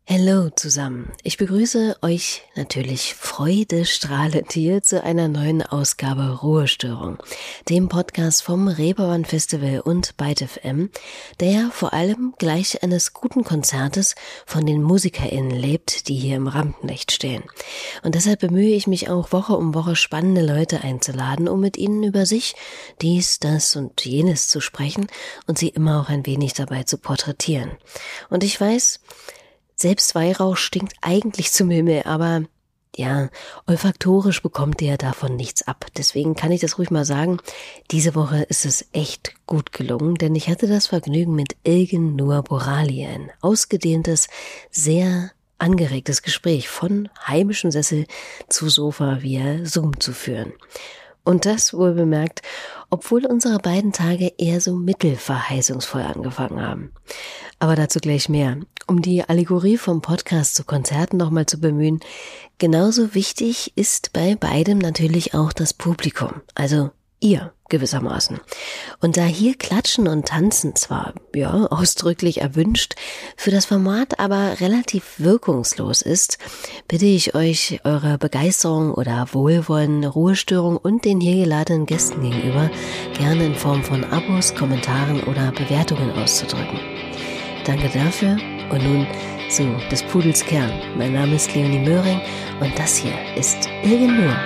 Hallo zusammen. Ich begrüße euch natürlich freudestrahlend hier zu einer neuen Ausgabe Ruhestörung, dem Podcast vom Reeperbahn Festival und Byte FM, der vor allem gleich eines guten Konzertes von den MusikerInnen lebt, die hier im Rampenlicht stehen. Und deshalb bemühe ich mich auch Woche um Woche spannende Leute einzuladen, um mit ihnen über sich, dies, das und jenes zu sprechen und sie immer auch ein wenig dabei zu porträtieren. Und ich weiß, selbst Weihrauch stinkt eigentlich zum Himmel, aber ja, olfaktorisch bekommt ihr davon nichts ab. Deswegen kann ich das ruhig mal sagen, diese Woche ist es echt gut gelungen, denn ich hatte das Vergnügen, mit Ilgen Nur Borali ein ausgedehntes, sehr angeregtes Gespräch von heimischem Sessel zu Sofa via Zoom zu führen. Und das wohl bemerkt, obwohl unsere beiden Tage eher so mittelverheißungsvoll angefangen haben. Aber dazu gleich mehr. Um die Allegorie vom Podcast zu Konzerten nochmal zu bemühen, genauso wichtig ist bei beidem natürlich auch das Publikum, also ihr gewissermaßen. Und da hier Klatschen und Tanzen zwar, ausdrücklich erwünscht, für das Format aber relativ wirkungslos ist, bitte ich euch, eure Begeisterung oder Wohlwollen, Ruhestörung und den hier geladenen Gästen gegenüber gerne in Form von Abos, Kommentaren oder Bewertungen auszudrücken. Danke dafür und nun zu des Pudels Kern. Mein Name ist Leonie Möhring und das hier ist Ilgen Nur.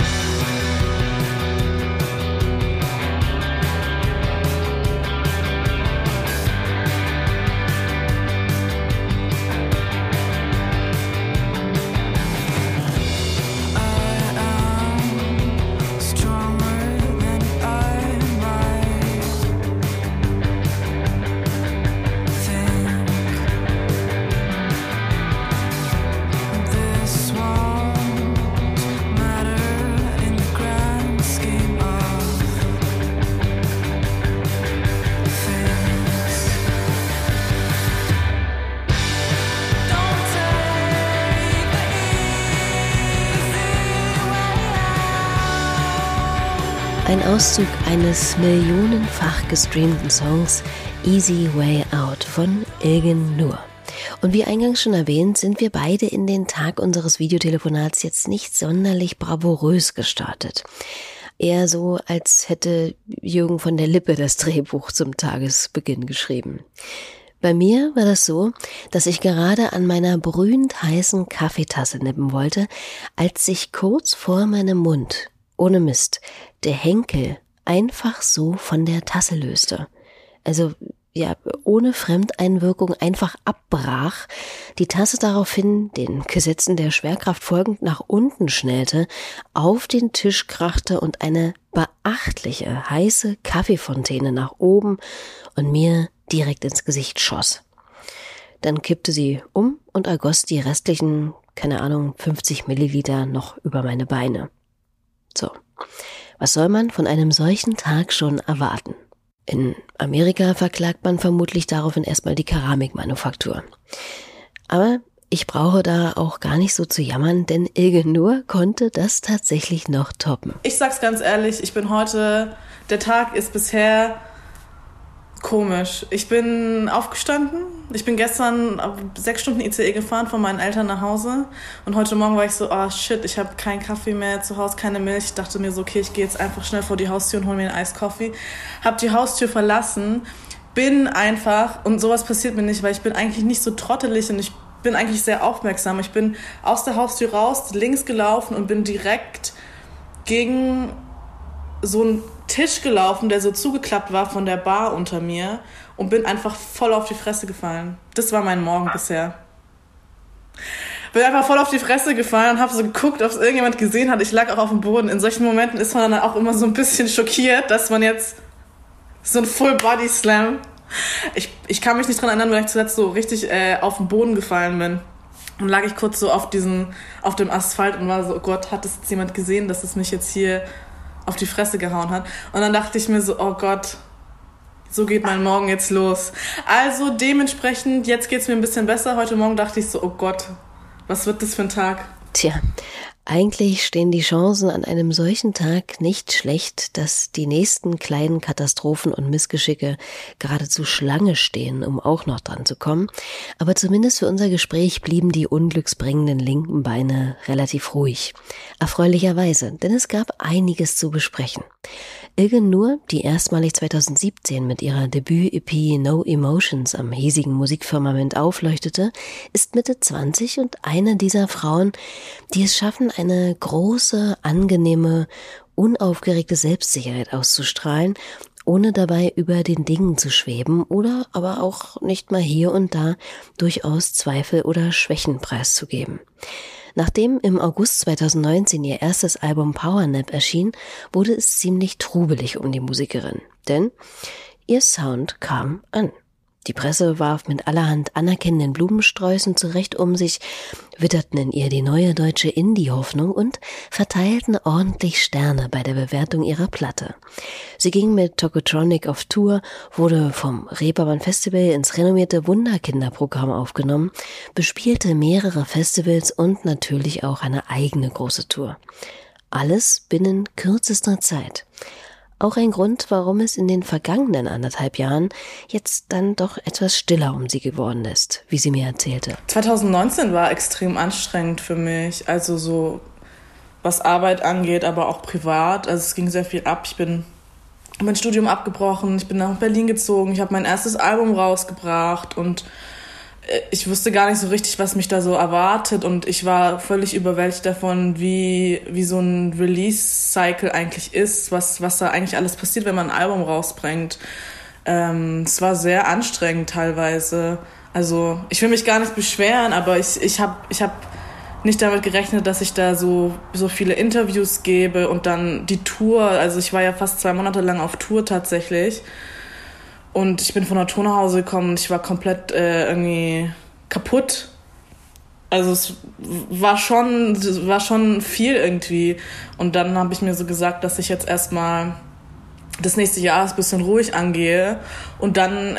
Ein Auszug eines millionenfach gestreamten Songs Easy Way Out von Ilgen Nur. Und wie eingangs schon erwähnt, sind wir beide in den Tag unseres Videotelefonats jetzt nicht sonderlich bravourös gestartet. Eher so, als hätte Jürgen von der Lippe das Drehbuch zum Tagesbeginn geschrieben. Bei mir war das so, dass ich gerade an meiner brühend heißen Kaffeetasse nippen wollte, als sich kurz vor meinem Mund, ohne Mist, der Henkel einfach so von der Tasse löste. Also, ohne Fremdeinwirkung einfach abbrach, die Tasse daraufhin, den Gesetzen der Schwerkraft folgend, nach unten schnellte, auf den Tisch krachte und eine beachtliche, heiße Kaffeefontäne nach oben und mir direkt ins Gesicht schoss. Dann kippte sie um und ergoss die restlichen, 50 Milliliter noch über meine Beine. So, was soll man von einem solchen Tag schon erwarten? In Amerika verklagt man vermutlich daraufhin erstmal die Keramikmanufaktur. Aber ich brauche da auch gar nicht so zu jammern, denn Ilgen Nur konnte das tatsächlich noch toppen. Ich sag's ganz ehrlich, der Tag ist bisher komisch. Ich bin aufgestanden, ich bin gestern 6 Stunden ICE gefahren von meinen Eltern nach Hause und heute Morgen war ich so, ich habe keinen Kaffee mehr zu Hause, keine Milch. Ich dachte mir so, okay, ich gehe jetzt einfach schnell vor die Haustür und hole mir einen Eiskaffee. Hab die Haustür verlassen, bin einfach, und sowas passiert mir nicht, weil ich bin eigentlich nicht so trottelig und ich bin eigentlich sehr aufmerksam. Ich bin aus der Haustür raus, links gelaufen und bin direkt gegen so einen Tisch gelaufen, der so zugeklappt war von der Bar unter mir und bin einfach voll auf die Fresse gefallen. Das war mein Morgen bisher. Bin einfach voll auf die Fresse gefallen und habe so geguckt, ob es irgendjemand gesehen hat. Ich lag auch auf dem Boden. In solchen Momenten ist man dann auch immer so ein bisschen schockiert, dass man jetzt so ein Full-Body-Slam. Ich kann mich nicht dran erinnern, wenn ich zuletzt so richtig auf den Boden gefallen bin. Und lag ich kurz so auf dem Asphalt und war so, oh Gott, hat das jetzt jemand gesehen, dass es mich jetzt hier auf die Fresse gehauen hat. Und dann dachte ich mir so, oh Gott, so geht mein Morgen jetzt los. Also dementsprechend, jetzt geht's mir ein bisschen besser. Heute Morgen dachte ich so, oh Gott, was wird das für ein Tag? Tja, Eigentlich stehen die Chancen an einem solchen Tag nicht schlecht, dass die nächsten kleinen Katastrophen und Missgeschicke geradezu Schlange stehen, um auch noch dran zu kommen. Aber zumindest für unser Gespräch blieben die unglücksbringenden linken Beine relativ ruhig. Erfreulicherweise, denn es gab einiges zu besprechen. Ilgen Nur, die erstmalig 2017 mit ihrer Debüt-EP No Emotions am hiesigen Musikfirmament aufleuchtete, ist Mitte 20 und eine dieser Frauen, die es schaffen, eine große, angenehme, unaufgeregte Selbstsicherheit auszustrahlen, ohne dabei über den Dingen zu schweben oder aber auch nicht mal hier und da durchaus Zweifel oder Schwächen preiszugeben. Nachdem im August 2019 ihr erstes Album Powernap erschien, wurde es ziemlich trubelig um die Musikerin, denn ihr Sound kam an. Die Presse warf mit allerhand anerkennenden Blumensträußen zurecht um sich, witterten in ihr die neue deutsche Indie-Hoffnung und verteilten ordentlich Sterne bei der Bewertung ihrer Platte. Sie ging mit Tokotronic auf Tour, wurde vom Reeperbahn Festival ins renommierte Wunderkinderprogramm aufgenommen, bespielte mehrere Festivals und natürlich auch eine eigene große Tour. Alles binnen kürzester Zeit. Auch ein Grund, warum es in den vergangenen 1,5 Jahren jetzt dann doch etwas stiller um sie geworden ist, wie sie mir erzählte. 2019 war extrem anstrengend für mich, also so was Arbeit angeht, aber auch privat. Also es ging sehr viel ab. Ich bin mein Studium abgebrochen, ich bin nach Berlin gezogen, ich habe mein erstes Album rausgebracht und ich wusste gar nicht so richtig, was mich da so erwartet und ich war völlig überwältigt davon, wie so ein Release-Cycle eigentlich ist, was da eigentlich alles passiert, wenn man ein Album rausbringt. Es war sehr anstrengend teilweise. Also ich will mich gar nicht beschweren, aber ich hab nicht damit gerechnet, dass ich da so viele Interviews gebe und dann die Tour. Also ich war ja fast 2 Monate lang auf Tour tatsächlich. Und ich bin von der Tour nach Hause gekommen und ich war komplett irgendwie kaputt. Also es war schon viel irgendwie. Und dann habe ich mir so gesagt, dass ich jetzt erstmal das nächste Jahr ein bisschen ruhig angehe. Und dann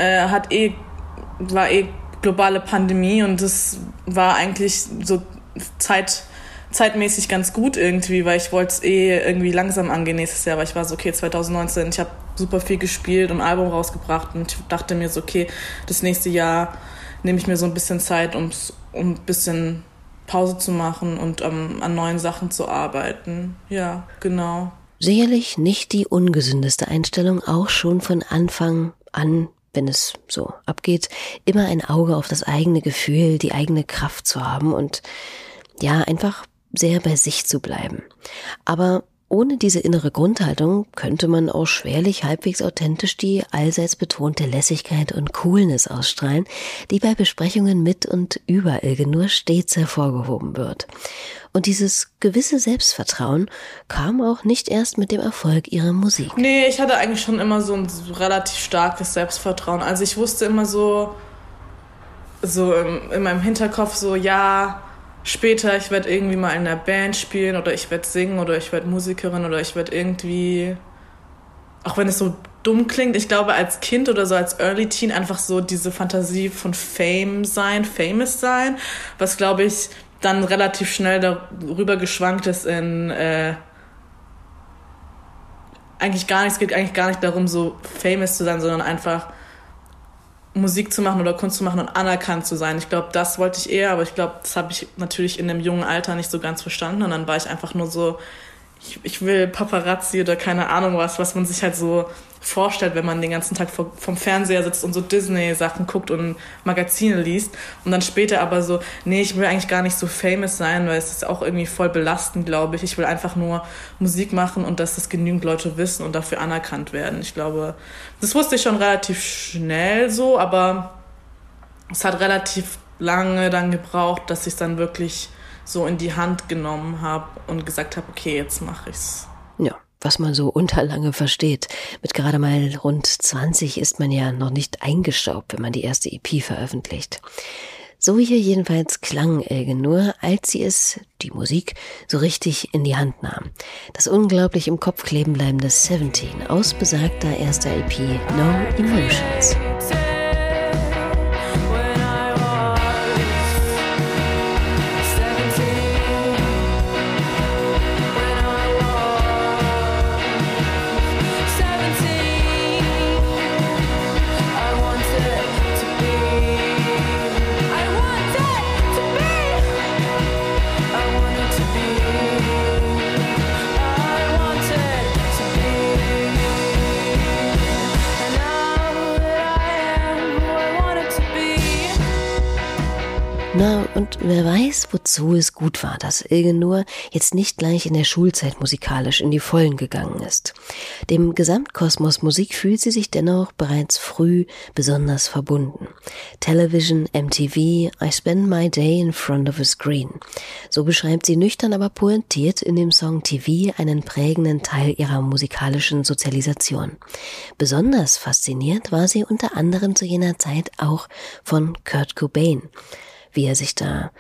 war globale Pandemie und das war eigentlich so zeitmäßig ganz gut irgendwie, weil ich wollte es irgendwie langsam angehen nächstes Jahr, weil ich war so, okay, 2019, ich habe super viel gespielt und ein Album rausgebracht und ich dachte mir so, okay, das nächste Jahr nehme ich mir so ein bisschen Zeit, um ein bisschen Pause zu machen und an neuen Sachen zu arbeiten. Ja, genau. Sicherlich nicht die ungesündeste Einstellung, auch schon von Anfang an, wenn es so abgeht, immer ein Auge auf das eigene Gefühl, die eigene Kraft zu haben und ja, einfach sehr bei sich zu bleiben. Aber ohne diese innere Grundhaltung könnte man auch schwerlich halbwegs authentisch die allseits betonte Lässigkeit und Coolness ausstrahlen, die bei Besprechungen mit und über Ilgen Nur stets hervorgehoben wird. Und dieses gewisse Selbstvertrauen kam auch nicht erst mit dem Erfolg ihrer Musik. Nee, ich hatte eigentlich schon immer so ein relativ starkes Selbstvertrauen. Also ich wusste immer so in meinem Hinterkopf so, ja, später, ich werde irgendwie mal in einer Band spielen oder ich werde singen oder ich werde Musikerin oder ich werde irgendwie, auch wenn es so dumm klingt, ich glaube als Kind oder so als Early Teen einfach so diese Fantasie von famous sein, was glaube ich dann relativ schnell darüber geschwankt ist in es geht eigentlich gar nicht darum, so famous zu sein, sondern einfach Musik zu machen oder Kunst zu machen und anerkannt zu sein. Ich glaube, das wollte ich eher, aber ich glaube, das habe ich natürlich in einem jungen Alter nicht so ganz verstanden. Und dann war ich einfach nur so, ich will Paparazzi oder keine Ahnung was man sich halt so vorstellt, wenn man den ganzen Tag vom Fernseher sitzt und so Disney-Sachen guckt und Magazine liest. Und dann später aber so, nee, ich will eigentlich gar nicht so famous sein, weil es ist auch irgendwie voll belastend, glaube ich. Ich will einfach nur Musik machen und dass das genügend Leute wissen und dafür anerkannt werden. Ich glaube, das wusste ich schon relativ schnell so, aber es hat relativ lange dann gebraucht, dass ich es dann wirklich so in die Hand genommen habe und gesagt habe, okay, jetzt mache ich's. Ja, was man so unter lange versteht. Mit gerade mal rund 20 ist man ja noch nicht eingestaubt, wenn man die erste EP veröffentlicht. So hier jedenfalls klang Ilgen Nur, als sie es, die Musik, so richtig in die Hand nahm. Das unglaublich im Kopf kleben bleibende 17 aus besagter erster EP No Emotions. Na, und wer weiß, wozu es gut war, dass Ilgen nur jetzt nicht gleich in der Schulzeit musikalisch in die Vollen gegangen ist. Dem Gesamtkosmos Musik fühlt sie sich dennoch bereits früh besonders verbunden. Television, MTV, I spend my day in front of a screen. So beschreibt sie nüchtern, aber pointiert in dem Song TV einen prägenden Teil ihrer musikalischen Sozialisation. Besonders fasziniert war sie unter anderem zu jener Zeit auch von Kurt Cobain, wie er sich da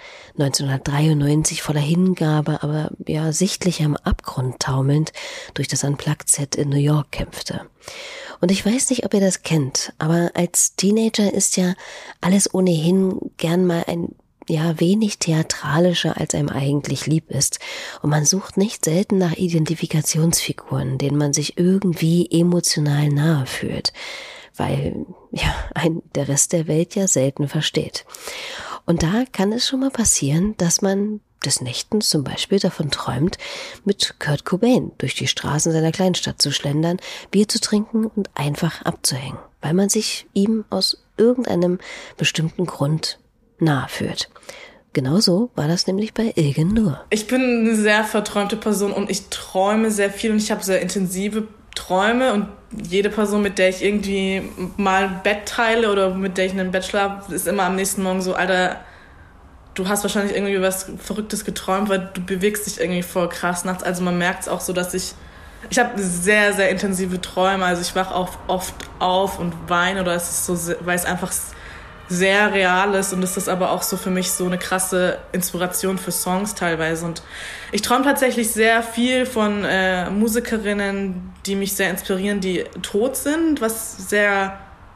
1993 voller Hingabe, aber ja sichtlich am Abgrund taumelnd durch das Unplugged-Set in New York kämpfte. Und ich weiß nicht, ob ihr das kennt, aber als Teenager ist ja alles ohnehin gern mal ein wenig theatralischer, als einem eigentlich lieb ist. Und man sucht nicht selten nach Identifikationsfiguren, denen man sich irgendwie emotional nahe fühlt, weil der Rest der Welt ja selten versteht. Und da kann es schon mal passieren, dass man des Nächtens zum Beispiel davon träumt, mit Kurt Cobain durch die Straßen seiner Kleinstadt zu schlendern, Bier zu trinken und einfach abzuhängen, weil man sich ihm aus irgendeinem bestimmten Grund nahe fühlt. Genauso war das nämlich bei Ilgen Nur. Ich bin eine sehr verträumte Person und ich träume sehr viel und ich habe sehr intensive Träume und jede Person, mit der ich irgendwie mal ein Bett teile oder mit der ich in einem Bett schlafe, ist immer am nächsten Morgen so, Alter, du hast wahrscheinlich irgendwie was Verrücktes geträumt, weil du bewegst dich irgendwie voll krass nachts. Also man merkt es auch so, dass ich habe sehr, sehr intensive Träume. Also ich wache oft auf und weine oder es ist so, weil es einfach sehr real ist und es ist aber auch so für mich so eine krasse Inspiration für Songs teilweise. Und ich träume tatsächlich sehr viel von Musikerinnen, die mich sehr inspirieren, die tot sind, was sehr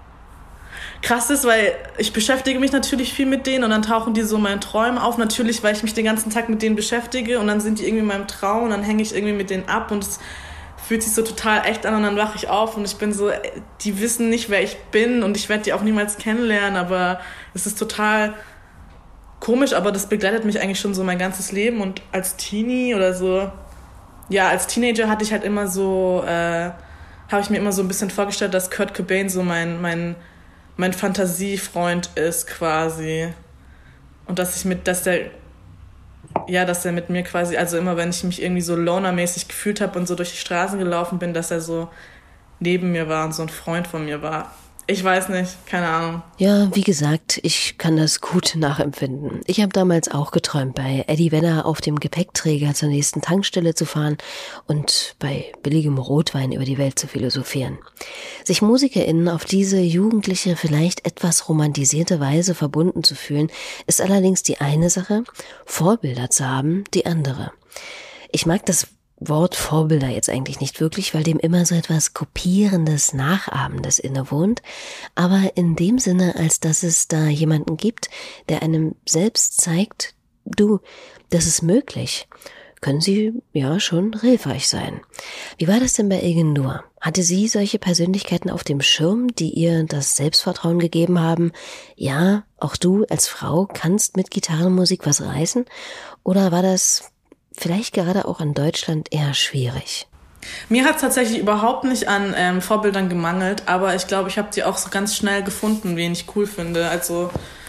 krass ist, weil ich beschäftige mich natürlich viel mit denen und dann tauchen die so in meinen Träumen auf. Natürlich, weil ich mich den ganzen Tag mit denen beschäftige und dann sind die irgendwie in meinem Traum und dann hänge ich irgendwie mit denen ab und es fühlt sich so total echt an und dann wache ich auf und ich bin so, die wissen nicht, wer ich bin und ich werde die auch niemals kennenlernen, aber es ist total komisch, aber das begleitet mich eigentlich schon so mein ganzes Leben und als Teenie oder so, ja, als Teenager hatte ich halt immer so, habe ich mir immer so ein bisschen vorgestellt, dass Kurt Cobain so mein Fantasiefreund ist quasi und dass er mit mir quasi, also immer wenn ich mich irgendwie so lonermäßig gefühlt habe und so durch die Straßen gelaufen bin, dass er so neben mir war und so ein Freund von mir war. Ich weiß nicht, keine Ahnung. Ja, wie gesagt, ich kann das gut nachempfinden. Ich habe damals auch geträumt, bei Eddie Vedder auf dem Gepäckträger zur nächsten Tankstelle zu fahren und bei billigem Rotwein über die Welt zu philosophieren. Sich MusikerInnen auf diese jugendliche, vielleicht etwas romantisierte Weise verbunden zu fühlen, ist allerdings die eine Sache, Vorbilder zu haben, die andere. Ich mag das Wort Vorbilder jetzt eigentlich nicht wirklich, weil dem immer so etwas Kopierendes, Nachahmendes innewohnt, aber in dem Sinne, als dass es da jemanden gibt, der einem selbst zeigt, du, das ist möglich, können sie ja schon hilfreich sein. Wie war das denn bei Ilgen Nur? Hatte sie solche Persönlichkeiten auf dem Schirm, die ihr das Selbstvertrauen gegeben haben, ja, auch du als Frau kannst mit Gitarrenmusik was reißen? Oder war das vielleicht gerade auch in Deutschland eher schwierig? Mir hat es tatsächlich überhaupt nicht an Vorbildern gemangelt, aber ich glaube, ich habe die auch so ganz schnell gefunden, wen ich cool finde. Also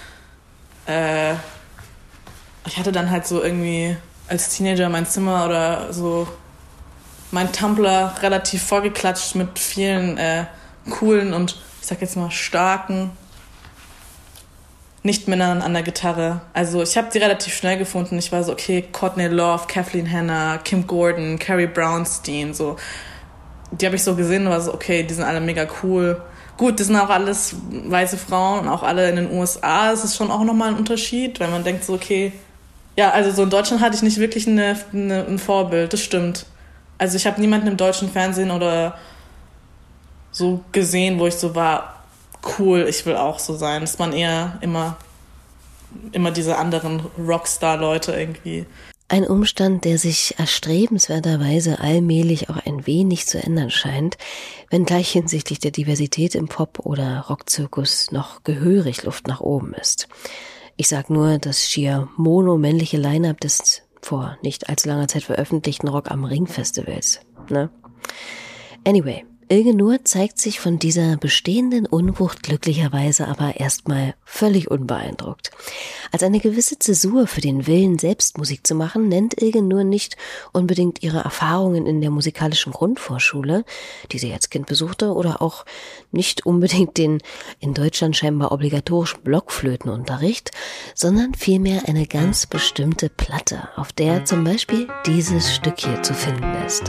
ich hatte dann halt so irgendwie als Teenager mein Zimmer oder so mein Tumblr relativ vollgeklatscht mit vielen coolen und ich sag jetzt mal starken Nicht-Männern an der Gitarre. Also ich habe die relativ schnell gefunden. Ich war so, okay, Courtney Love, Kathleen Hanna, Kim Gordon, Carrie Brownstein, so. Die habe ich so gesehen und war so, okay, die sind alle mega cool. Gut, das sind auch alles weiße Frauen und auch alle in den USA. Das ist schon auch nochmal ein Unterschied, weil man denkt so, okay, ja, also so in Deutschland hatte ich nicht wirklich ein Vorbild, das stimmt. Also ich habe niemanden im deutschen Fernsehen oder so gesehen, wo ich so war, cool, ich will auch so sein. Das waren eher immer diese anderen Rockstar-Leute irgendwie. Ein Umstand, der sich erstrebenswerterweise allmählich auch ein wenig zu ändern scheint, wenngleich hinsichtlich der Diversität im Pop- oder Rockzirkus noch gehörig Luft nach oben ist. Ich sag nur das schier mono-männliche Line-Up des vor nicht allzu langer Zeit veröffentlichten Rock am Ring Festivals. Ne? Anyway, Ilge Nur zeigt sich von dieser bestehenden Unwucht glücklicherweise aber erstmal völlig unbeeindruckt. Als eine gewisse Zäsur für den Willen, selbst Musik zu machen, nennt Ilge Nur nicht unbedingt ihre Erfahrungen in der musikalischen Grundvorschule, die sie als Kind besuchte, oder auch nicht unbedingt den in Deutschland scheinbar obligatorischen Blockflötenunterricht, sondern vielmehr eine ganz bestimmte Platte, auf der zum Beispiel dieses Stück hier zu finden ist.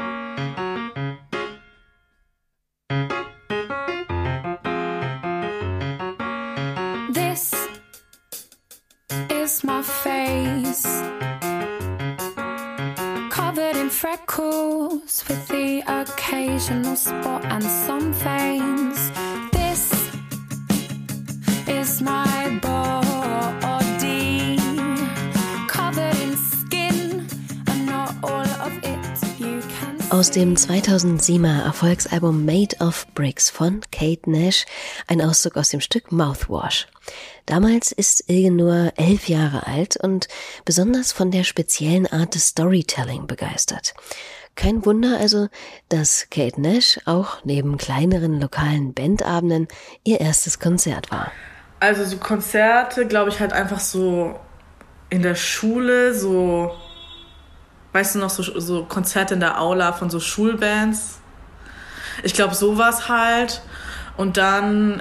My face covered in freckles with the occasional spot and some veins. This is my body covered in skin and not all of it you can see. Aus dem 2007er Erfolgsalbum Made of Bricks von Kate Nash, ein Auszug aus dem Stück Mouthwash. Damals ist Ilge Nur 11 Jahre alt und besonders von der speziellen Art des Storytelling begeistert. Kein Wunder also, dass Kate Nash auch neben kleineren lokalen Bandabenden ihr erstes Konzert war. Also so Konzerte, glaube ich, halt einfach so in der Schule, so, weißt du noch, so Konzerte in der Aula von so Schulbands. Ich glaube, sowas halt. Und dann,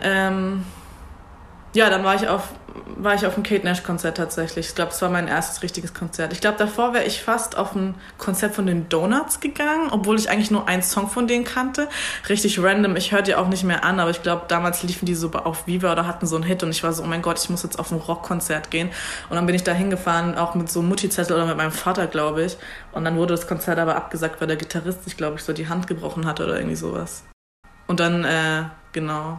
dann war ich auf einem Kate Nash-Konzert tatsächlich. Ich glaube, es war mein erstes richtiges Konzert. Ich glaube, davor wäre ich fast auf ein Konzert von den Donuts gegangen, obwohl ich eigentlich nur einen Song von denen kannte. Richtig random, ich höre die auch nicht mehr an, aber ich glaube, damals liefen die so auf Viva oder hatten so einen Hit und ich war so, oh mein Gott, ich muss jetzt auf ein Rockkonzert gehen. Und dann bin ich da hingefahren, auch mit so einem Mutti-Zettel oder mit meinem Vater, glaube ich. Und dann wurde das Konzert aber abgesagt, weil der Gitarrist sich, glaube ich, so die Hand gebrochen hatte oder irgendwie sowas. Und dann, genau.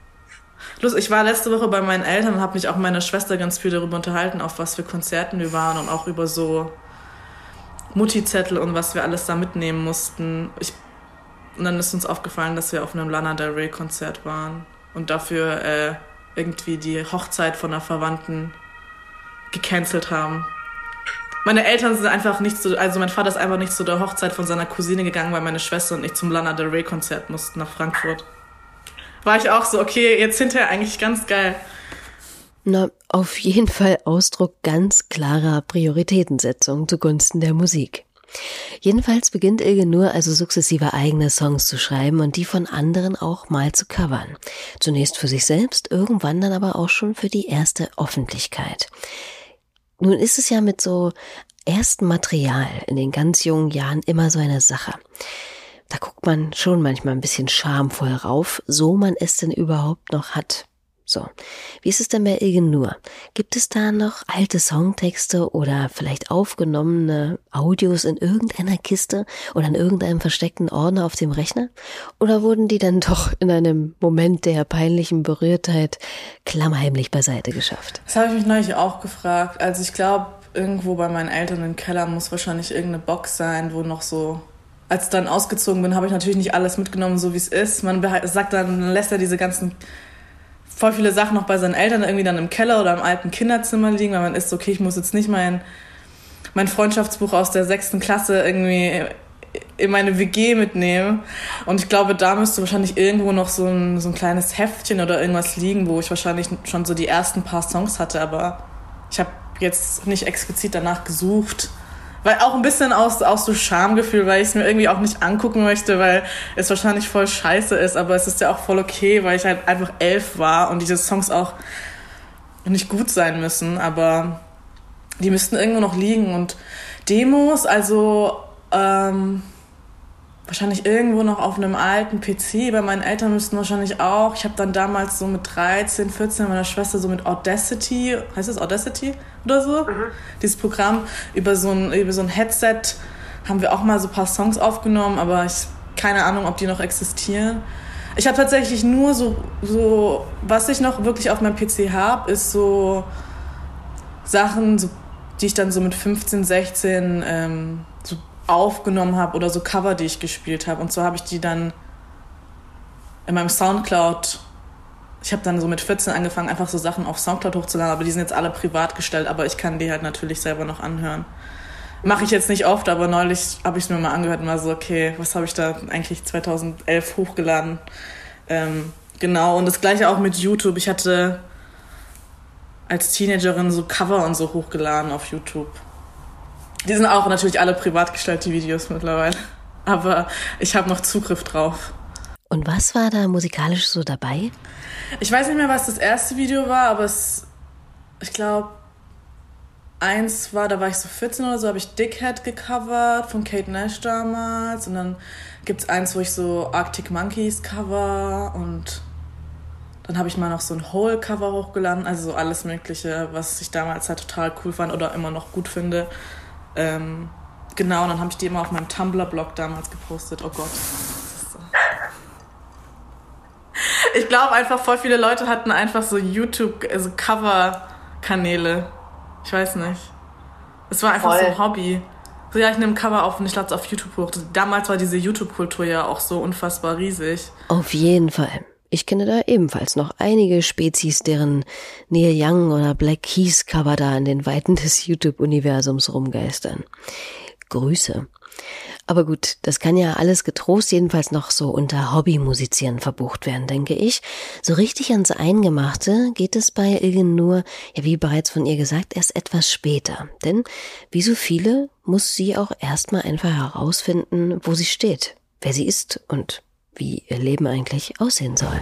Ich war letzte Woche bei meinen Eltern und habe mich auch mit meiner Schwester ganz viel darüber unterhalten, auf was für Konzerten wir waren und auch über so Mutti-Zettel und was wir alles da mitnehmen mussten. Und dann ist uns aufgefallen, dass wir auf einem Lana Del Rey Konzert waren und dafür irgendwie die Hochzeit von einer Verwandten gecancelt haben. Meine Eltern sind einfach nicht so, also mein Vater ist einfach nicht zu der Hochzeit von seiner Cousine gegangen, weil meine Schwester und ich zum Lana Del Rey Konzert mussten nach Frankfurt. War ich auch so, okay, jetzt hinterher eigentlich ganz geil. Na, auf jeden Fall Ausdruck ganz klarer Prioritätensetzung zugunsten der Musik. Jedenfalls beginnt Ilge Nur also sukzessive eigene Songs zu schreiben und die von anderen auch mal zu covern. Zunächst für sich selbst, irgendwann dann aber auch schon für die erste Öffentlichkeit. Nun ist es ja mit so erstem Material in den ganz jungen Jahren immer so eine Sache. Da guckt man schon manchmal ein bisschen schamvoll rauf, so man es denn überhaupt noch hat. So, wie ist es denn bei Ilge Nur? Gibt es da noch alte Songtexte oder vielleicht aufgenommene Audios in irgendeiner Kiste oder in irgendeinem versteckten Ordner auf dem Rechner? Oder wurden die dann doch in einem Moment der peinlichen Berührtheit klammheimlich beiseite geschafft? Das habe ich mich neulich auch gefragt. Also ich glaube, irgendwo bei meinen Eltern im Keller muss wahrscheinlich irgendeine Box sein, wo noch so... Als ich dann ausgezogen bin, habe ich natürlich nicht alles mitgenommen, so wie es ist. Man lässt ja diese ganzen, voll viele Sachen noch bei seinen Eltern irgendwie dann im Keller oder im alten Kinderzimmer liegen, weil man ist so, okay, ich muss jetzt nicht mein Freundschaftsbuch aus der 6. Klasse irgendwie in meine WG mitnehmen. Und ich glaube, da müsste wahrscheinlich irgendwo noch so ein kleines Heftchen oder irgendwas liegen, wo ich wahrscheinlich schon so die ersten paar Songs hatte, aber ich habe jetzt nicht explizit danach gesucht. Weil auch ein bisschen aus so Schamgefühl, weil ich es mir irgendwie auch nicht angucken möchte, weil es wahrscheinlich voll scheiße ist, aber es ist ja auch voll okay, weil ich halt einfach 11 war und diese Songs auch nicht gut sein müssen, aber die müssten irgendwo noch liegen. Und Demos, also wahrscheinlich irgendwo noch auf einem alten PC, bei meinen Eltern müssten wahrscheinlich auch. Ich habe dann damals so mit 13, 14 meiner Schwester so mit Audacity, heißt das Audacity oder so? Mhm. Dieses Programm, über so ein Headset haben wir auch mal so ein paar Songs aufgenommen, aber keine Ahnung, ob die noch existieren. Ich habe tatsächlich nur so, was ich noch wirklich auf meinem PC habe, ist so Sachen, so, die ich dann so mit 15, 16 so aufgenommen habe oder so Cover, die ich gespielt habe. Und so habe ich die dann in meinem Soundcloud, ich habe dann so mit 14 angefangen, einfach so Sachen auf Soundcloud hochzuladen, aber die sind jetzt alle privat gestellt, aber ich kann die halt natürlich selber noch anhören. Mache ich jetzt nicht oft, aber neulich habe ich es mir mal angehört und war so, okay, was habe ich da eigentlich 2011 hochgeladen? Genau, und das gleiche auch mit YouTube. Ich hatte als Teenagerin so Cover und so hochgeladen auf YouTube. Die sind auch natürlich alle privat gestellt, die Videos mittlerweile. Aber ich habe noch Zugriff drauf. Und was war da musikalisch so dabei? Ich weiß nicht mehr, was das erste Video war, aber ich glaube, eins war, da war ich so 14 oder so, habe ich Dickhead gecovert von Kate Nash damals. Und dann gibt es eins, wo ich so Arctic Monkeys cover. Und dann habe ich mal noch so ein Hole-Cover hochgeladen. Also so alles Mögliche, was ich damals halt total cool fand oder immer noch gut finde. Genau, und dann habe ich die immer auf meinem Tumblr-Blog damals gepostet. Oh Gott. Ich glaube einfach, voll viele Leute hatten einfach so YouTube, also Cover-Kanäle. Ich weiß nicht. Es war einfach so ein Hobby. So, ja, ich nehme ein Cover auf und ich lade es auf YouTube hoch. Damals war diese YouTube-Kultur ja auch so unfassbar riesig. Auf jeden Fall. Ich kenne da ebenfalls noch einige Spezies, deren Neil Young oder Black Keys Cover da in den Weiten des YouTube-Universums rumgeistern. Grüße. Aber gut, das kann ja alles getrost jedenfalls noch so unter Hobbymusizieren verbucht werden, denke ich. So richtig ans Eingemachte geht es bei Ilgen Nur, ja wie bereits von ihr gesagt, erst etwas später. Denn wie so viele muss sie auch erstmal einfach herausfinden, wo sie steht, wer sie ist und wie ihr Leben eigentlich aussehen soll.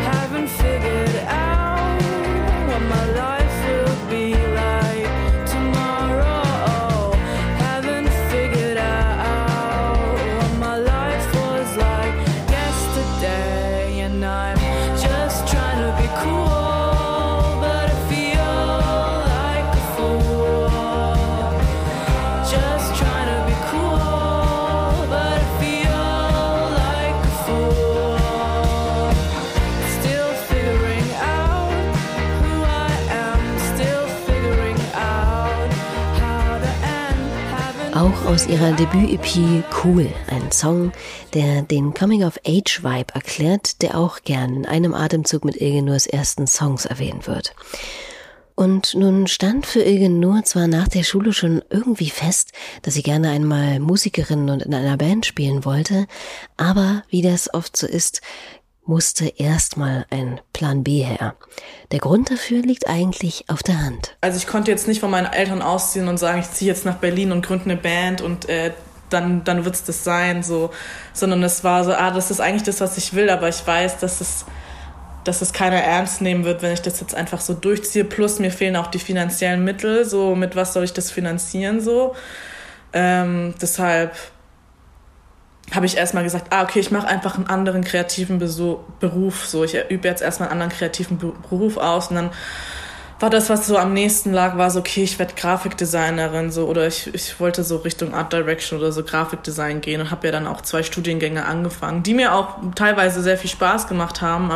Auch aus ihrer Debüt-EP Cool, ein Song, der den Coming-of-Age-Vibe erklärt, der auch gern in einem Atemzug mit Ilgen Nurs ersten Songs erwähnt wird. Und nun stand für Ilgen Nur zwar nach der Schule schon irgendwie fest, dass sie gerne einmal Musikerin und in einer Band spielen wollte, aber wie das oft so ist, musste erstmal ein Plan B her. Der Grund dafür liegt eigentlich auf der Hand. Also ich konnte jetzt nicht von meinen Eltern ausziehen und sagen, ich ziehe jetzt nach Berlin und gründe eine Band und dann wird's das sein, so, sondern es war so, das ist eigentlich das, was ich will, aber ich weiß, dass es keiner ernst nehmen wird, wenn ich das jetzt einfach so durchziehe. Plus mir fehlen auch die finanziellen Mittel, so mit was soll ich das finanzieren, so. Deshalb habe ich erstmal gesagt, okay, ich mache einfach einen anderen kreativen Beruf. So, ich übe jetzt erstmal einen anderen kreativen Beruf aus. Und dann war das, was so am nächsten lag, war so, okay, ich werde Grafikdesignerin. So, oder ich wollte so Richtung Art Direction oder so Grafikdesign gehen und habe ja dann auch 2 Studiengänge angefangen, die mir auch teilweise sehr viel Spaß gemacht haben,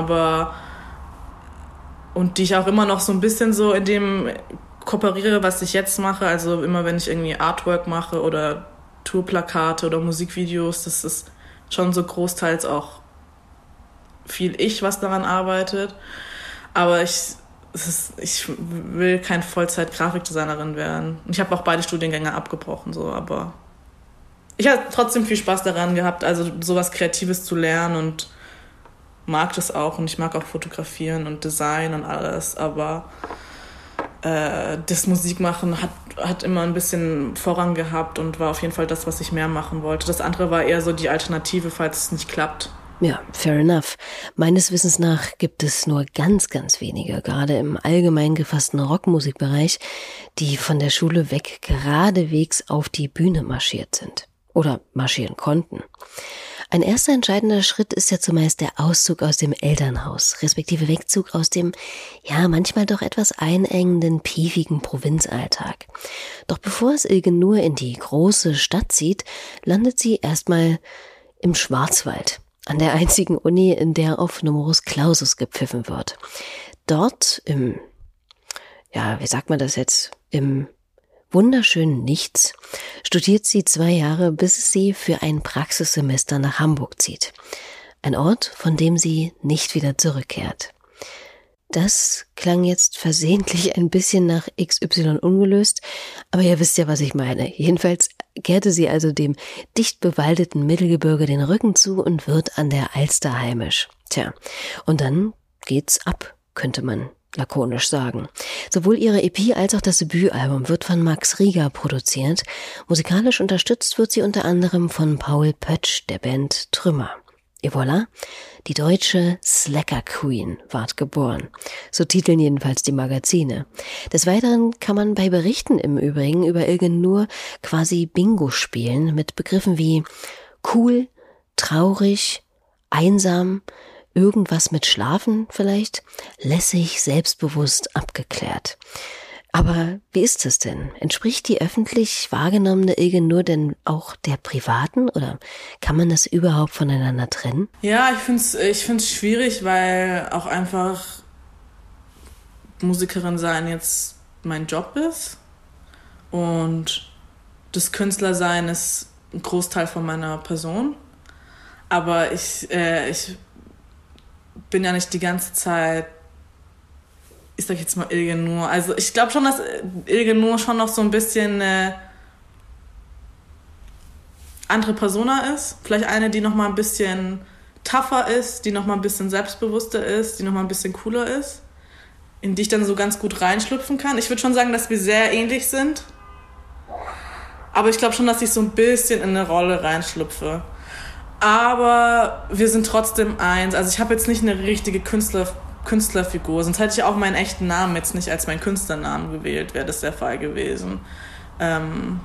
und die ich auch immer noch so ein bisschen so in dem kooperiere, was ich jetzt mache. Also immer, wenn ich irgendwie Artwork mache oder Tourplakate oder Musikvideos, das ist schon so großteils auch viel ich, was daran arbeitet. Aber ich will kein Vollzeit-Grafikdesignerin werden. Ich habe auch beide Studiengänge abgebrochen, so, aber ich habe trotzdem viel Spaß daran gehabt, also sowas Kreatives zu lernen und mag das auch. Und ich mag auch fotografieren und Design und alles, aber das Musikmachen hat immer ein bisschen Vorrang gehabt und war auf jeden Fall das, was ich mehr machen wollte. Das andere war eher so die Alternative, falls es nicht klappt. Ja, fair enough. Meines Wissens nach gibt es nur ganz, ganz wenige, gerade im allgemein gefassten Rockmusikbereich, die von der Schule weg geradewegs auf die Bühne marschiert sind. Oder marschieren konnten. Ein erster entscheidender Schritt ist ja zumeist der Auszug aus dem Elternhaus, respektive Wegzug aus dem, ja, manchmal doch etwas einengenden, piefigen Provinzalltag. Doch bevor es Ilgen Nur in die große Stadt zieht, landet sie erstmal im Schwarzwald, an der einzigen Uni, in der auf Numerus Clausus gepfiffen wird. Dort im wunderschönen Nichts studiert sie 2 Jahre, bis sie für ein Praxissemester nach Hamburg zieht. Ein Ort, von dem sie nicht wieder zurückkehrt. Das klang jetzt versehentlich ein bisschen nach XY ungelöst, aber ihr wisst ja, was ich meine. Jedenfalls kehrte sie also dem dicht bewaldeten Mittelgebirge den Rücken zu und wird an der Alster heimisch. Tja, und dann geht's ab, könnte man lakonisch sagen. Sowohl ihre EP als auch das Debütalbum wird von Max Rieger produziert. Musikalisch unterstützt wird sie unter anderem von Paul Pötsch der Band Trümmer. Et voilà, die deutsche Slacker Queen ward geboren. So titeln jedenfalls die Magazine. Des Weiteren kann man bei Berichten im Übrigen über Ilgen Nur quasi Bingo spielen mit Begriffen wie cool, traurig, einsam, irgendwas mit Schlafen vielleicht, lässig, selbstbewusst, abgeklärt. Aber wie ist es denn? Entspricht die öffentlich wahrgenommene Ilgen Nur denn auch der privaten oder kann man das überhaupt voneinander trennen? Ja, ich find's schwierig, weil auch einfach Musikerin sein jetzt mein Job ist und das Künstlersein ist ein Großteil von meiner Person. Aber ich bin ja nicht die ganze Zeit, ich sag jetzt mal Ilgen Nur. Also ich glaube schon, dass Ilgen Nur schon noch so ein bisschen eine andere Persona ist. Vielleicht eine, die noch mal ein bisschen tougher ist, die noch mal ein bisschen selbstbewusster ist, die noch mal ein bisschen cooler ist, in die ich dann so ganz gut reinschlüpfen kann. Ich würde schon sagen, dass wir sehr ähnlich sind. Aber ich glaube schon, dass ich so ein bisschen in eine Rolle reinschlüpfe. Aber wir sind trotzdem eins. Also ich habe jetzt nicht eine richtige Künstlerfigur. Sonst hätte ich auch meinen echten Namen jetzt nicht als meinen Künstlernamen gewählt, wäre das der Fall gewesen. Keine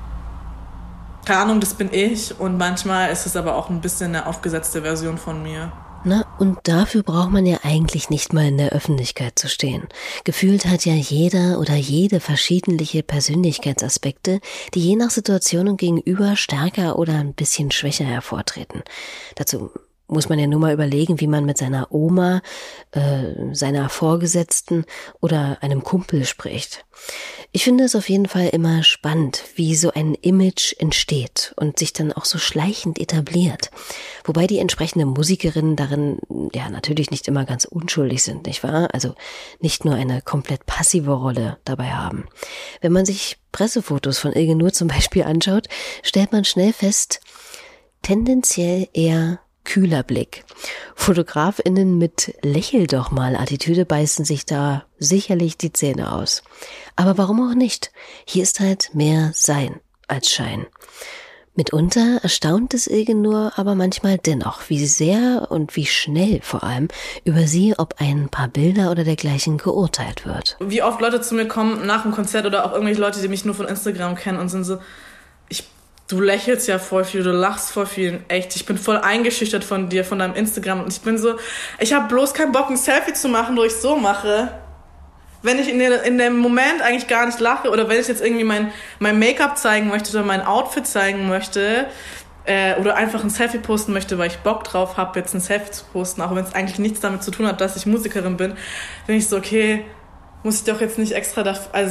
Ahnung, das bin ich. Und manchmal ist es aber auch ein bisschen eine aufgesetzte Version von mir. Na, und dafür braucht man ja eigentlich nicht mal in der Öffentlichkeit zu stehen. Gefühlt hat ja jeder oder jede verschiedene Persönlichkeitsaspekte, die je nach Situation und Gegenüber stärker oder ein bisschen schwächer hervortreten. Dazu muss man ja nur mal überlegen, wie man mit seiner Oma, seiner Vorgesetzten oder einem Kumpel spricht. Ich finde es auf jeden Fall immer spannend, wie so ein Image entsteht und sich dann auch so schleichend etabliert. Wobei die entsprechenden Musikerinnen darin ja natürlich nicht immer ganz unschuldig sind, nicht wahr? Also nicht nur eine komplett passive Rolle dabei haben. Wenn man sich Pressefotos von Ilgen Nur zum Beispiel anschaut, stellt man schnell fest, tendenziell eher kühler Blick. FotografInnen mit Lächel-doch-mal-Attitüde beißen sich da sicherlich die Zähne aus. Aber warum auch nicht? Hier ist halt mehr Sein als Schein. Mitunter erstaunt es Ilgen Nur aber manchmal dennoch, wie sehr und wie schnell vor allem über sie, ob ein paar Bilder oder dergleichen geurteilt wird. Wie oft Leute zu mir kommen nach dem Konzert oder auch irgendwelche Leute, die mich nur von Instagram kennen und sind so, du lächelst ja voll viel, du lachst voll viel, echt. Ich bin voll eingeschüchtert von dir, von deinem Instagram. Und ich bin so, ich habe bloß keinen Bock, ein Selfie zu machen, wo ich so mache. Wenn ich in dem Moment eigentlich gar nicht lache oder wenn ich jetzt irgendwie mein Make-up zeigen möchte oder mein Outfit zeigen möchte oder einfach ein Selfie posten möchte, weil ich Bock drauf habe, jetzt ein Selfie zu posten, auch wenn es eigentlich nichts damit zu tun hat, dass ich Musikerin bin, bin ich so, okay, muss ich doch jetzt nicht extra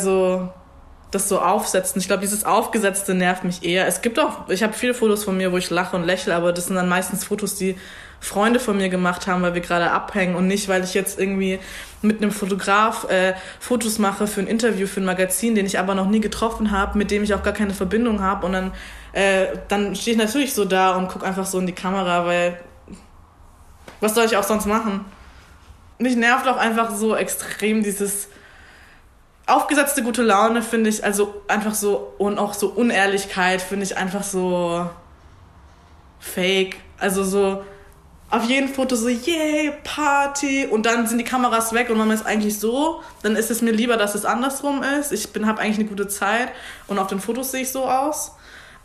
das so aufsetzen. Ich glaube, dieses Aufgesetzte nervt mich eher. Ich habe viele Fotos von mir, wo ich lache und lächle, aber das sind dann meistens Fotos, die Freunde von mir gemacht haben, weil wir gerade abhängen und nicht, weil ich jetzt irgendwie mit einem Fotograf Fotos mache für ein Interview, für ein Magazin, den ich aber noch nie getroffen habe, mit dem ich auch gar keine Verbindung habe. Und dann stehe ich natürlich so da und gucke einfach so in die Kamera, weil was soll ich auch sonst machen? Mich nervt auch einfach so extrem dieses aufgesetzte gute Laune, finde ich, also einfach so, und auch so Unehrlichkeit finde ich einfach so fake. Also so auf jedem Foto so, yay, Party, und dann sind die Kameras weg und man ist eigentlich so, dann ist es mir lieber, dass es andersrum ist. Ich habe eigentlich eine gute Zeit und auf den Fotos sehe ich so aus.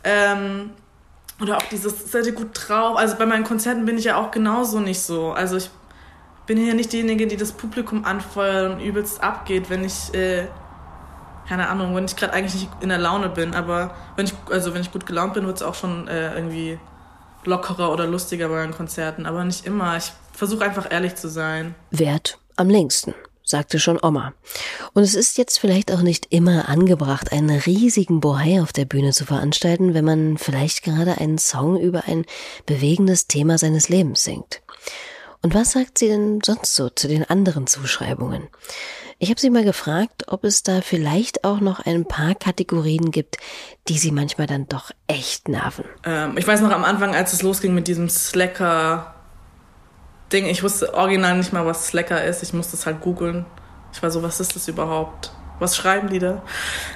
Oder auch dieses, seid ihr gut drauf? Also bei meinen Konzerten bin ich ja auch genauso nicht so. Also ich bin hier nicht diejenige, die das Publikum anfeuert und übelst abgeht, wenn ich, keine Ahnung, wenn ich gerade eigentlich nicht in der Laune bin. Aber wenn ich gut gelaunt bin, wird es auch schon irgendwie lockerer oder lustiger bei meinen Konzerten. Aber nicht immer. Ich versuche einfach ehrlich zu sein. Wert am längsten, sagte schon Oma. Und es ist jetzt vielleicht auch nicht immer angebracht, einen riesigen Bohai auf der Bühne zu veranstalten, wenn man vielleicht gerade einen Song über ein bewegendes Thema seines Lebens singt. Und was sagt sie denn sonst so zu den anderen Zuschreibungen? Ich habe sie mal gefragt, ob es da vielleicht auch noch ein paar Kategorien gibt, die sie manchmal dann doch echt nerven. Ich weiß noch am Anfang, als es losging mit diesem Slacker-Ding, ich wusste original nicht mal, was Slacker ist. Ich musste es halt googeln. Ich war so, was ist das überhaupt? Was schreiben die da?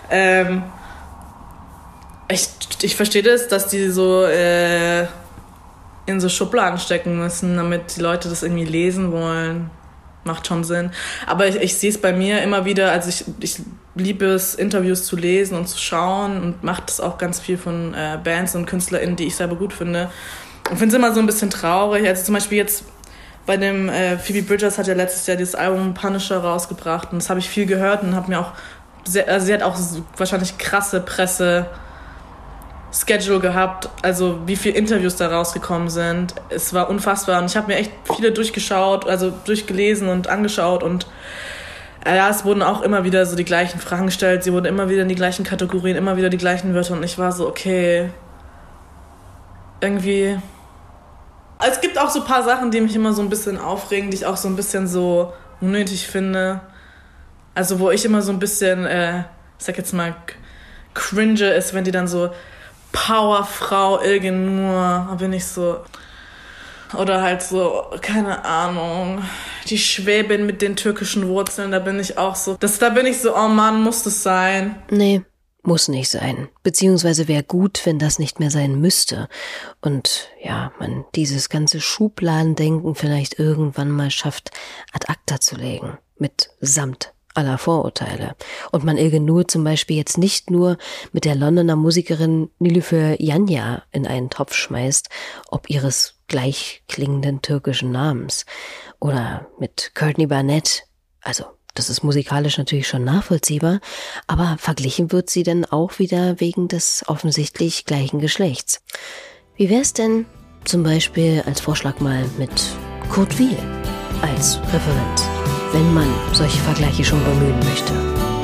Ich verstehe das, dass die so in so Schubladen stecken müssen, damit die Leute das irgendwie lesen wollen. Macht schon Sinn. Aber ich sehe es bei mir immer wieder, also ich liebe es, Interviews zu lesen und zu schauen und mache das auch ganz viel von Bands und KünstlerInnen, die ich selber gut finde. Und finde es immer so ein bisschen traurig. Also zum Beispiel jetzt bei dem Phoebe Bridgers hat ja letztes Jahr dieses Album Punisher rausgebracht und das habe ich viel gehört und habe mir auch, sie hat auch wahrscheinlich krasse Schedule gehabt, also wie viele Interviews da rausgekommen sind. Es war unfassbar und ich habe mir echt viele durchgeschaut, also durchgelesen und angeschaut und ja, es wurden auch immer wieder so die gleichen Fragen gestellt, sie wurden immer wieder in die gleichen Kategorien, immer wieder die gleichen Wörter und ich war so, okay, irgendwie... Es gibt auch so ein paar Sachen, die mich immer so ein bisschen aufregen, die ich auch so ein bisschen so unnötig finde. Also wo ich immer so ein bisschen, ich sag jetzt mal, cringe ist, wenn die dann so Powerfrau Ilgenur, da bin ich so, oder halt so, keine Ahnung, die Schwäbin mit den türkischen Wurzeln, da bin ich auch so, da bin ich so, oh Mann, muss das sein? Nee, muss nicht sein. Beziehungsweise wäre gut, wenn das nicht mehr sein müsste. Und ja, man dieses ganze Schubladendenken vielleicht irgendwann mal schafft, ad acta zu legen. Mit Samt aller Vorurteile. Und man Ilgenur zum Beispiel jetzt nicht nur mit der Londoner Musikerin Nilüfer Yanya in einen Topf schmeißt, ob ihres gleich klingenden türkischen Namens. Oder mit Courtney Barnett. Also, das ist musikalisch natürlich schon nachvollziehbar, aber verglichen wird sie dann auch wieder wegen des offensichtlich gleichen Geschlechts. Wie wär's denn zum Beispiel als Vorschlag mal mit Kurt Weill als Referent, wenn man solche Vergleiche schon bemühen möchte?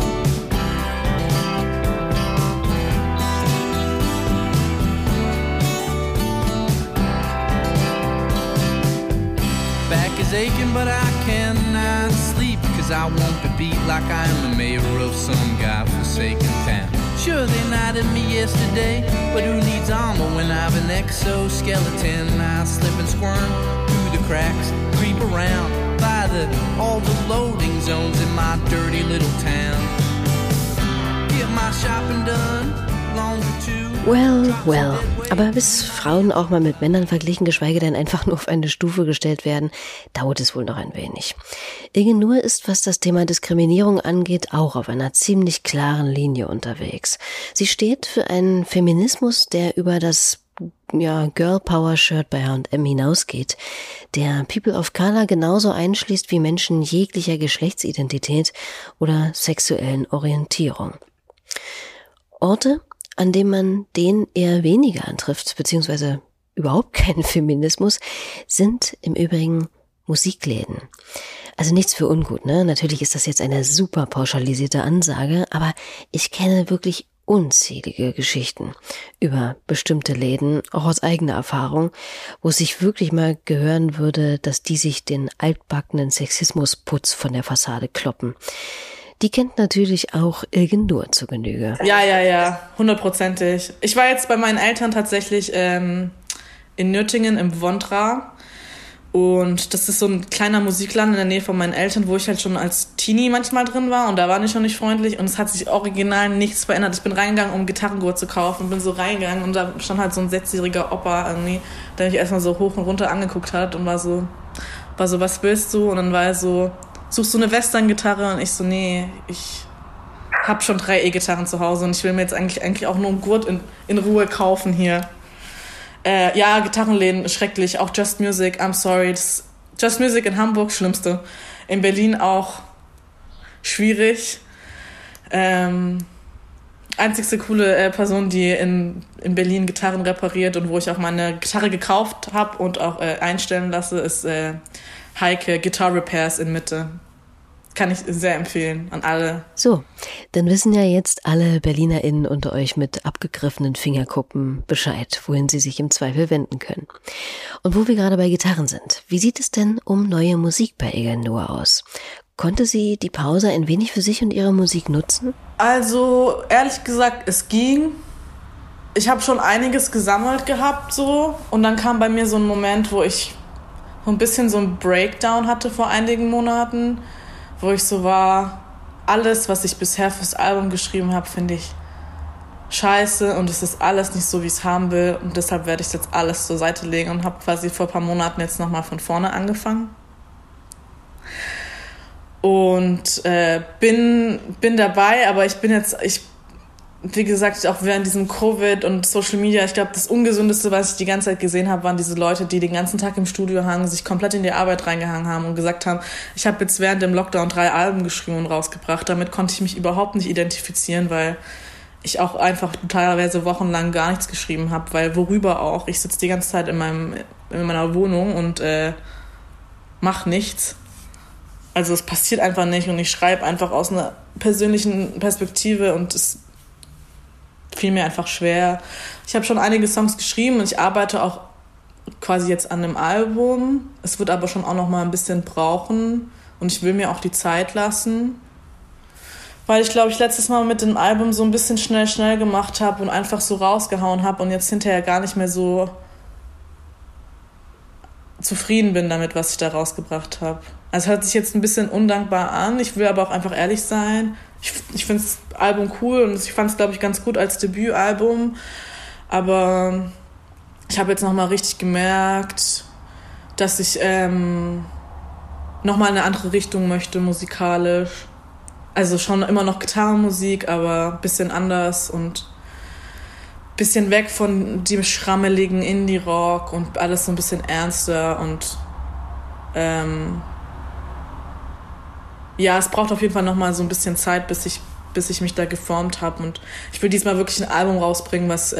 Back is aching, but I cannot sleep, 'cause I won't be beat like I am the mayor of some godforsaken town. Sure, they knighted me yesterday, but who needs armor when I've an exoskeleton? I slip and squirm through the cracks, creep around by all the loading zones in my dirty little town. Get my shopping done, longer too. Well. Aber bis Frauen auch mal mit Männern verglichen, geschweige denn einfach nur auf eine Stufe gestellt werden, dauert es wohl noch ein wenig. Ilgenur ist, was das Thema Diskriminierung angeht, auch auf einer ziemlich klaren Linie unterwegs. Sie steht für einen Feminismus, der über das Girl Power Shirt bei H&M hinausgeht, der People of Color genauso einschließt wie Menschen jeglicher Geschlechtsidentität oder sexuellen Orientierung. Orte, an dem man den eher weniger antrifft, beziehungsweise überhaupt keinen Feminismus, sind im Übrigen Musikläden. Also nichts für ungut, ne? Natürlich ist das jetzt eine super pauschalisierte Ansage, aber ich kenne wirklich unzählige Geschichten über bestimmte Läden, auch aus eigener Erfahrung, wo es sich wirklich mal gehören würde, dass die sich den altbackenen Sexismusputz von der Fassade kloppen. Die kennt natürlich auch Ilgenur zu Genüge. Ja, 100%. Ich war jetzt bei meinen Eltern tatsächlich in Nürtingen im Wondra. Und das ist so ein kleiner Musikladen in der Nähe von meinen Eltern, wo ich halt schon als Teenie manchmal drin war. Und da waren die schon nicht freundlich. Und es hat sich original nichts verändert. Ich bin reingegangen, um Gitarrengurt zu kaufen. Und bin so reingegangen. Und da stand halt so ein 6-jähriger Opa irgendwie, der mich erstmal so hoch und runter angeguckt hat. Und war so, was willst du? Und dann war er so, suchst du eine Western-Gitarre? Und ich so, nee, ich hab schon 3 E-Gitarren zu Hause und ich will mir jetzt eigentlich auch nur einen Gurt in Ruhe kaufen hier. Ja, Gitarrenläden, schrecklich. Auch Just Music, I'm sorry. Just Music in Hamburg, schlimmste. In Berlin auch schwierig. Einzigste coole Person, die in Berlin Gitarren repariert und wo ich auch meine Gitarre gekauft habe und auch einstellen lasse, ist Heike Guitar Repairs in Mitte. Kann ich sehr empfehlen an alle. So, dann wissen ja jetzt alle BerlinerInnen unter euch mit abgegriffenen Fingerkuppen Bescheid, wohin sie sich im Zweifel wenden können. Und wo wir gerade bei Gitarren sind, wie sieht es denn um neue Musik bei Ilgenur aus? Konnte sie die Pause ein wenig für sich und ihre Musik nutzen? Also, ehrlich gesagt, es ging. Ich habe schon einiges gesammelt gehabt, so. Und dann kam bei mir so ein Moment, wo ich so ein bisschen so einen Breakdown hatte vor einigen Monaten, wo ich so war, alles, was ich bisher fürs Album geschrieben habe, finde ich scheiße und es ist alles nicht so, wie ich es haben will. Und deshalb werde ich jetzt alles zur Seite legen und habe quasi vor ein paar Monaten jetzt nochmal von vorne angefangen. Und bin dabei, aber wie gesagt, auch während diesem Covid und Social Media, ich glaube, das Ungesündeste, was ich die ganze Zeit gesehen habe, waren diese Leute, die den ganzen Tag im Studio hangen, sich komplett in die Arbeit reingehangen haben und gesagt haben, ich habe jetzt während dem Lockdown 3 Alben geschrieben und rausgebracht. Damit konnte ich mich überhaupt nicht identifizieren, weil ich auch einfach teilweise wochenlang gar nichts geschrieben habe, weil worüber auch? Ich sitze die ganze Zeit in meiner Wohnung und mache nichts. Also es passiert einfach nicht und ich schreibe einfach aus einer persönlichen Perspektive und es fiel mir einfach schwer. Ich habe schon einige Songs geschrieben und ich arbeite auch quasi jetzt an einem Album. Es wird aber schon auch noch mal ein bisschen brauchen und ich will mir auch die Zeit lassen, weil ich glaube, ich letztes Mal mit dem Album so ein bisschen schnell gemacht habe und einfach so rausgehauen habe und jetzt hinterher gar nicht mehr so zufrieden bin damit, was ich da rausgebracht habe. Also es hört sich jetzt ein bisschen undankbar an, ich will aber auch einfach ehrlich sein. Ich finde das Album cool und ich fand es, glaube ich, ganz gut als Debütalbum. Aber ich habe jetzt nochmal richtig gemerkt, dass ich nochmal in eine andere Richtung möchte, musikalisch. Also schon immer noch Gitarrenmusik, aber ein bisschen anders und ein bisschen weg von dem schrammeligen Indie-Rock und alles so ein bisschen ernster. Und ja, es braucht auf jeden Fall nochmal so ein bisschen Zeit, bis ich mich da geformt habe. Und ich will diesmal wirklich ein Album rausbringen, was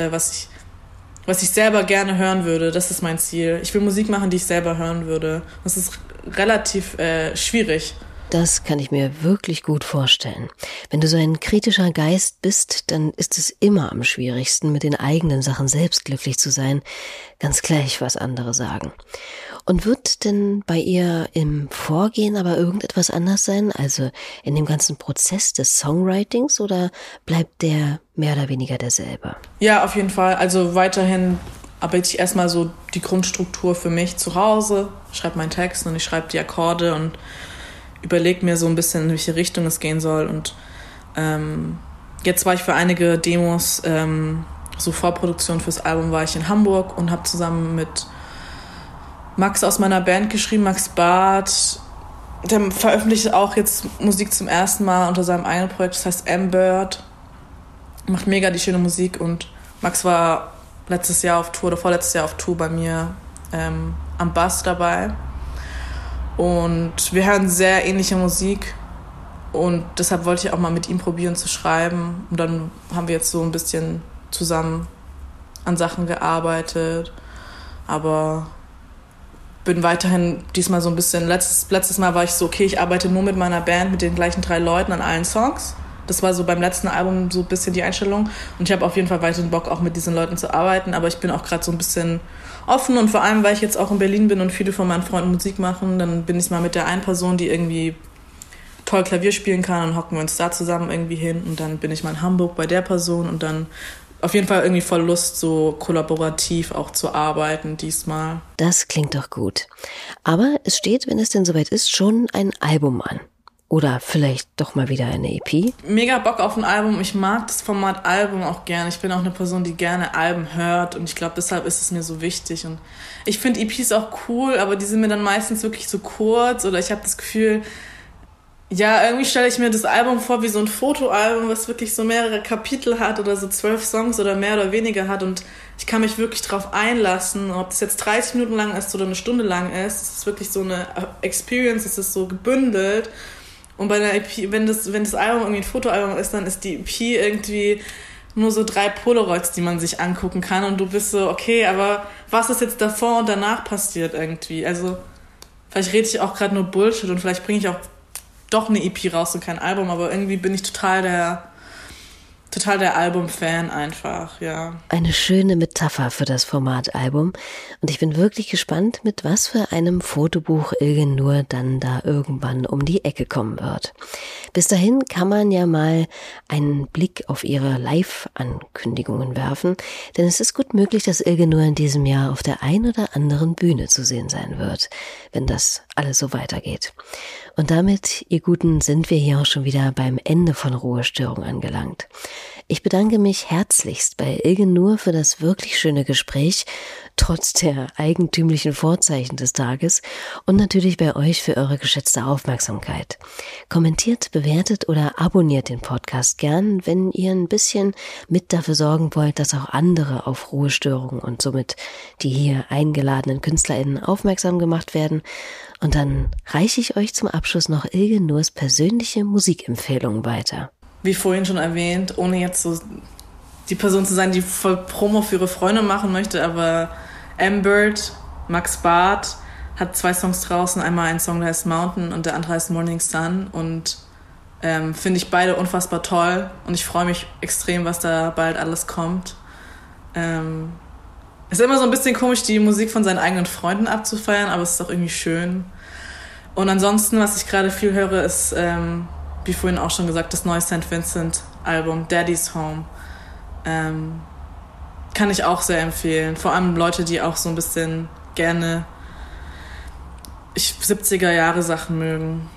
ich selber gerne hören würde. Das ist mein Ziel. Ich will Musik machen, die ich selber hören würde. Das ist relativ schwierig. Das kann ich mir wirklich gut vorstellen. Wenn du so ein kritischer Geist bist, dann ist es immer am schwierigsten, mit den eigenen Sachen selbst glücklich zu sein. Ganz gleich, was andere sagen. Und wird denn bei ihr im Vorgehen aber irgendetwas anders sein? Also in dem ganzen Prozess des Songwritings oder bleibt der mehr oder weniger derselbe? Ja, auf jeden Fall. Also weiterhin arbeite ich erstmal so die Grundstruktur für mich zu Hause, schreibe meinen Text und ich schreibe die Akkorde und überlege mir so ein bisschen, in welche Richtung es gehen soll. Und jetzt war ich für einige Demos, so Vorproduktion fürs Album, war ich in Hamburg und habe zusammen mit Max aus meiner Band geschrieben, Max Barth. Der veröffentlicht auch jetzt Musik zum ersten Mal unter seinem eigenen Projekt, das heißt M-Bird. Macht mega die schöne Musik und Max war letztes Jahr auf Tour oder vorletztes Jahr auf Tour bei mir am Bass dabei. Und wir hören sehr ähnliche Musik und deshalb wollte ich auch mal mit ihm probieren zu schreiben. Und dann haben wir jetzt so ein bisschen zusammen an Sachen gearbeitet, aber bin weiterhin diesmal so ein bisschen, letztes Mal war ich so, okay, ich arbeite nur mit meiner Band, mit den gleichen 3 Leuten an allen Songs. Das war so beim letzten Album so ein bisschen die Einstellung. Und ich habe auf jeden Fall weiterhin Bock, auch mit diesen Leuten zu arbeiten. Aber ich bin auch gerade so ein bisschen offen. Und vor allem, weil ich jetzt auch in Berlin bin und viele von meinen Freunden Musik machen, dann bin ich mal mit der einen Person, die irgendwie toll Klavier spielen kann. Dann hocken wir uns da zusammen irgendwie hin. Und dann bin ich mal in Hamburg bei der Person. Und dann auf jeden Fall irgendwie voll Lust, so kollaborativ auch zu arbeiten diesmal. Das klingt doch gut. Aber es steht, wenn es denn soweit ist, schon ein Album an. Oder vielleicht doch mal wieder eine EP? Mega Bock auf ein Album. Ich mag das Format Album auch gerne. Ich bin auch eine Person, die gerne Alben hört. Und ich glaube, deshalb ist es mir so wichtig. Und ich finde EPs auch cool, aber die sind mir dann meistens wirklich so kurz. Oder ich habe das Gefühl, ja, irgendwie stelle ich mir das Album vor wie so ein Fotoalbum, was wirklich so mehrere Kapitel hat oder so 12 Songs oder mehr oder weniger hat. Und ich kann mich wirklich drauf einlassen, ob das jetzt 30 Minuten lang ist oder eine Stunde lang ist. Es ist wirklich so eine Experience, es ist so gebündelt. Und bei einer EP, wenn das Album irgendwie ein Fotoalbum ist, dann ist die EP irgendwie nur so 3 Polaroids, die man sich angucken kann. Und du bist so, okay, aber was ist jetzt davor und danach passiert irgendwie? Also vielleicht rede ich auch gerade nur Bullshit und vielleicht bringe ich auch doch eine EP raus und kein Album, aber irgendwie bin ich total total der Album-Fan einfach, ja. Eine schöne Metapher für das Format Album. Und ich bin wirklich gespannt, mit was für einem Fotobuch Ilgen Nur dann da irgendwann um die Ecke kommen wird. Bis dahin kann man ja mal einen Blick auf ihre Live-Ankündigungen werfen, denn es ist gut möglich, dass Ilgen Nur in diesem Jahr auf der ein oder anderen Bühne zu sehen sein wird, wenn das alles so weitergeht. Und damit, ihr Guten, sind wir hier auch schon wieder beim Ende von Ruhestörung angelangt. Ich bedanke mich herzlichst bei Ilgen Nur für das wirklich schöne Gespräch, trotz der eigentümlichen Vorzeichen des Tages, und natürlich bei euch für eure geschätzte Aufmerksamkeit. Kommentiert, bewertet oder abonniert den Podcast gern, wenn ihr ein bisschen mit dafür sorgen wollt, dass auch andere auf Ruhestörung und somit die hier eingeladenen KünstlerInnen aufmerksam gemacht werden. Und dann reiche ich euch zum Abschluss noch Ilgen Nurs persönliche Musikempfehlungen weiter. Wie vorhin schon erwähnt, ohne jetzt so die Person zu sein, die voll Promo für ihre Freunde machen möchte, aber M-Bird, Max Barth, hat 2 Songs draußen. Einmal ein Song, der heißt Mountain und der andere heißt Morning Sun. Und finde ich beide unfassbar toll. Und ich freue mich extrem, was da bald alles kommt. Ist immer so ein bisschen komisch, die Musik von seinen eigenen Freunden abzufeiern, aber es ist auch irgendwie schön. Und ansonsten, was ich gerade viel höre, ist, wie vorhin auch schon gesagt, das neue St. Vincent-Album, Daddy's Home. Kann ich auch sehr empfehlen. Vor allem Leute, die auch so ein bisschen gerne 70er-Jahre-Sachen mögen.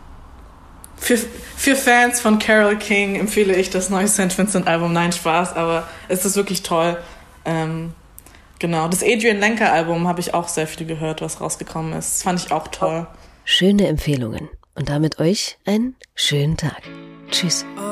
Für Fans von Carole King empfehle ich das neue St. Vincent-Album. Nein, Spaß, aber es ist wirklich toll. Genau, das Adrian Lenker-Album habe ich auch sehr viel gehört, was rausgekommen ist. Das fand ich auch toll. Schöne Empfehlungen. Und damit euch einen schönen Tag. Tschüss.